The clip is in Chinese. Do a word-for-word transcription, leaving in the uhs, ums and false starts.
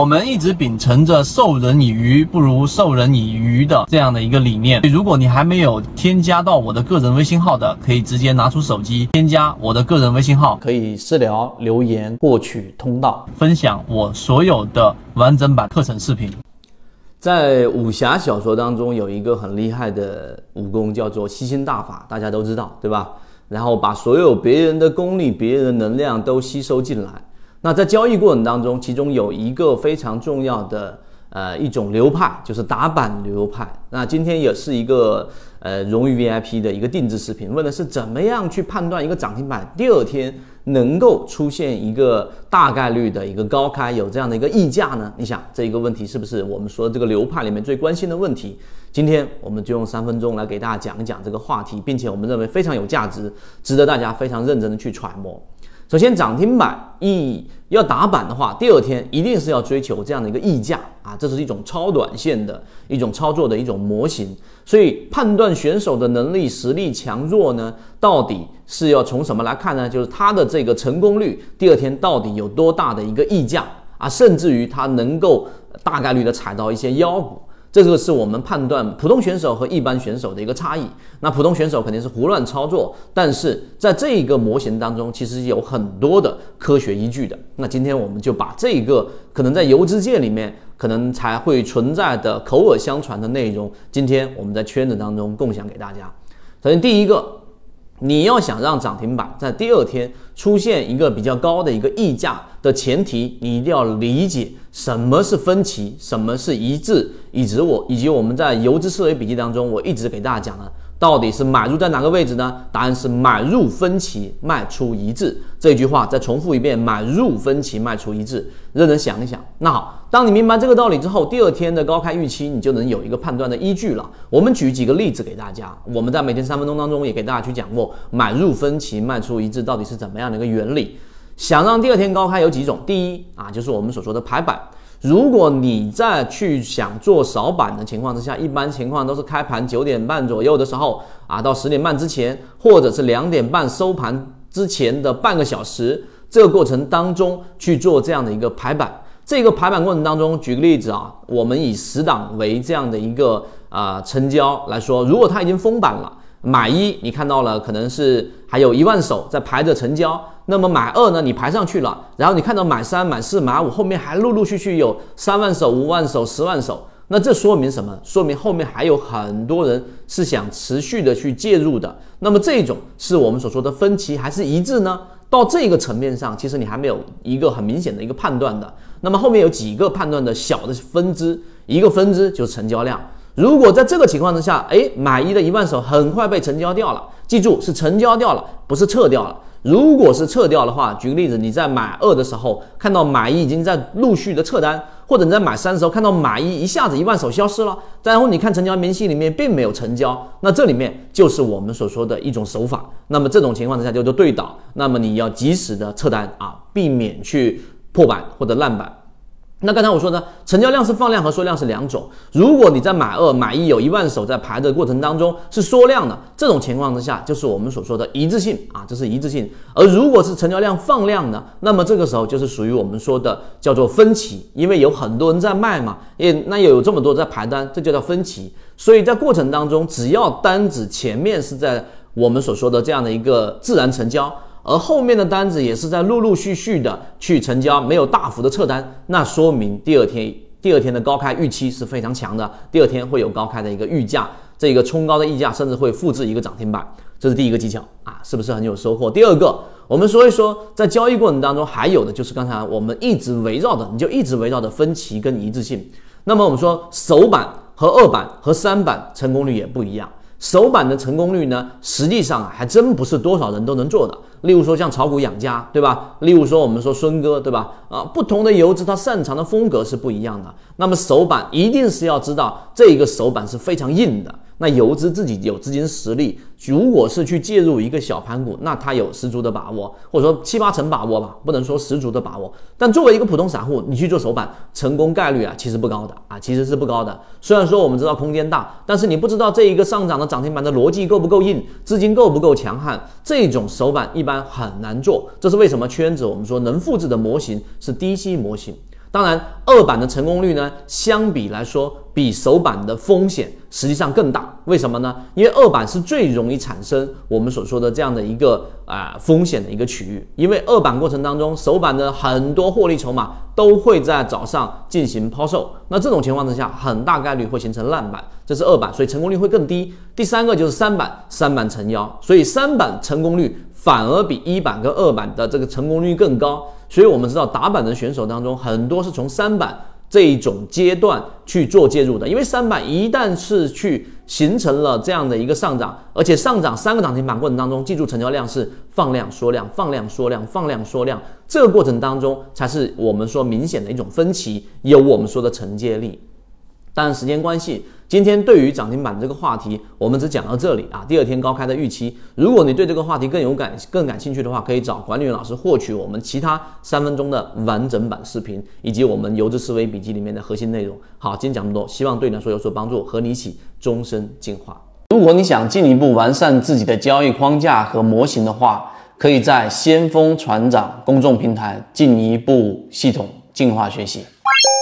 我们一直秉承着授人以鱼不如授人以渔的这样的一个理念。如果你还没有添加到我的个人微信号的，可以直接拿出手机添加我的个人微信号， 可以私聊留言获取通道， 分享我所有的完整版课程视频。 在武侠小说当中有一个很厉害的武功叫做吸星大法，大家都知道对吧？然后把所有别人的功力别人的能量都吸收进来。那在交易过程当中，其中有一个非常重要的呃一种流派，就是打板流派。那今天也是一个呃荣誉 V I P 的一个定制视频，问的是怎么样去判断一个涨停板第二天能够出现一个大概率的一个高开，有这样的一个溢价呢？你想这一个问题是不是我们说这个流派里面最关心的问题？今天我们就用三分钟来给大家讲一讲这个话题，并且我们认为非常有价值，值得大家非常认真的去揣摩。首先，涨停板一要打板的话，第二天一定是要追求这样的一个溢价啊，这是一种超短线的一种操作的一种模型。所以判断选手的能力实力强弱呢，到底是要从什么来看呢？就是他的这个成功率，第二天到底有多大的一个溢价啊，甚至于他能够大概率的踩到一些妖股。这个是我们判断普通选手和一般选手的一个差异。那普通选手肯定是胡乱操作，但是在这一个模型当中，其实有很多的科学依据的。那今天我们就把这个可能在游资界里面可能才会存在的口耳相传的内容，今天我们在圈子当中共享给大家。首先第一个，你要想让涨停板在第二天出现一个比较高的一个溢价的前提，你一定要理解什么是分歧，什么是一致，以及我以及我们在游资思维笔记当中我一直给大家讲的，到底是买入在哪个位置呢？答案是买入分歧，卖出一致。这句话再重复一遍，买入分歧，卖出一致。认真想一想。那好，当你明白这个道理之后，第二天的高开预期你就能有一个判断的依据了。我们举几个例子给大家，我们在每天三分钟当中也给大家去讲过买入分歧，卖出一致到底是怎么样的一个原理。想让第二天高开有几种，第一啊，就是我们所说的排板。如果你在去想做扫板的情况之下，一般情况都是开盘九点半左右的时候啊，到十点半之前，或者是两点半收盘之前的半个小时，这个过程当中去做这样的一个排板。这个排板过程当中，举个例子啊，我们以十档为这样的一个啊、呃、成交来说，如果它已经封板了，买一你看到了可能是还有一万手在排着成交，那么买二呢你排上去了，然后你看到买三买四买五后面还陆陆续续有三万手五万手十万手，那这说明什么？说明后面还有很多人是想持续的去介入的。那么这种是我们所说的分歧还是一致呢？到这个层面上，其实你还没有一个很明显的一个判断的。那么后面有几个判断的小的分支，一个分支就是成交量。如果在这个情况之下，诶，买一的一万手很快被成交掉了，记住是成交掉了，不是撤掉了。如果是撤掉的话，举个例子，你在买二的时候看到买一已经在陆续的撤单，或者你在买三的时候看到买一一下子一万手消失了，然后你看成交明细里面并没有成交，那这里面就是我们所说的一种手法。那么这种情况之下叫做对倒，那么你要及时的撤单啊，避免去破板或者烂板。那刚才我说呢，成交量是放量和缩量是两种。如果你在买二买一有一万手在排的过程当中是缩量的，这种情况之下就是我们所说的一致性啊，这是一致性。而如果是成交量放量的，那么这个时候就是属于我们说的叫做分歧，因为有很多人在卖嘛，也那也有这么多在排单，这就叫分歧。所以在过程当中，只要单子前面是在我们所说的这样的一个自然成交，而后面的单子也是在陆陆续续的去成交，没有大幅的撤单，那说明第二天第二天的高开预期是非常强的，第二天会有高开的一个预价，这个冲高的溢价甚至会复制一个涨停板，这是第一个技巧啊，是不是很有收获？第二个，我们说一说在交易过程当中还有的就是刚才我们一直围绕的，你就一直围绕的分歧跟一致性。那么我们说首板和二板和三板成功率也不一样。首板的成功率呢，实际上还真不是多少人都能做的。例如说像炒股养家，对吧？例如说我们说孙哥，对吧？啊，不同的游资它擅长的风格是不一样的。那么首板一定是要知道这个首板是非常硬的。那游资自己有资金实力，如果是去介入一个小盘股，那他有十足的把握，或者说七八成把握吧，不能说十足的把握。但作为一个普通散户，你去做首板，成功概率啊其实不高的啊，其实是不高的。虽然说我们知道空间大，但是你不知道这一个上涨的涨停板的逻辑够不够硬，资金够不够强悍，这种首板一般很难做。这是为什么圈子我们说能复制的模型是低吸模型。 当然，二板的成功率呢，相比来说比首板的风险实际上更大。为什么呢？因为二板是最容易产生我们所说的这样的一个啊、呃、风险的一个区域。因为二板过程当中，首板的很多获利筹码都会在早上进行抛售，那这种情况之下，很大概率会形成烂板，这是二板，所以成功率会更低。第三个就是三板，三板成妖，所以三板成功率反而比一板跟二板的这个成功率更高。所以我们知道打板的选手当中，很多是从三板这一种阶段去做介入的，因为三板一旦是去形成了这样的一个上涨，而且上涨三个涨停板过程当中，记住成交量是放量缩量，放量缩量，放量缩量，这个过程当中才是我们说明显的一种分歧，有我们说的承接力。当然时间关系，今天对于涨停板这个话题我们只讲到这里啊。第二天高开的预期，如果你对这个话题更有感更感兴趣的话，可以找管理员老师获取我们其他三分钟的完整版视频，以及我们游资思维笔记里面的核心内容。好，今天讲这么多，希望对你来说有所帮助，和你一起终身进化。如果你想进一步完善自己的交易框架和模型的话，可以在先锋船长公众平台进一步系统进化学习。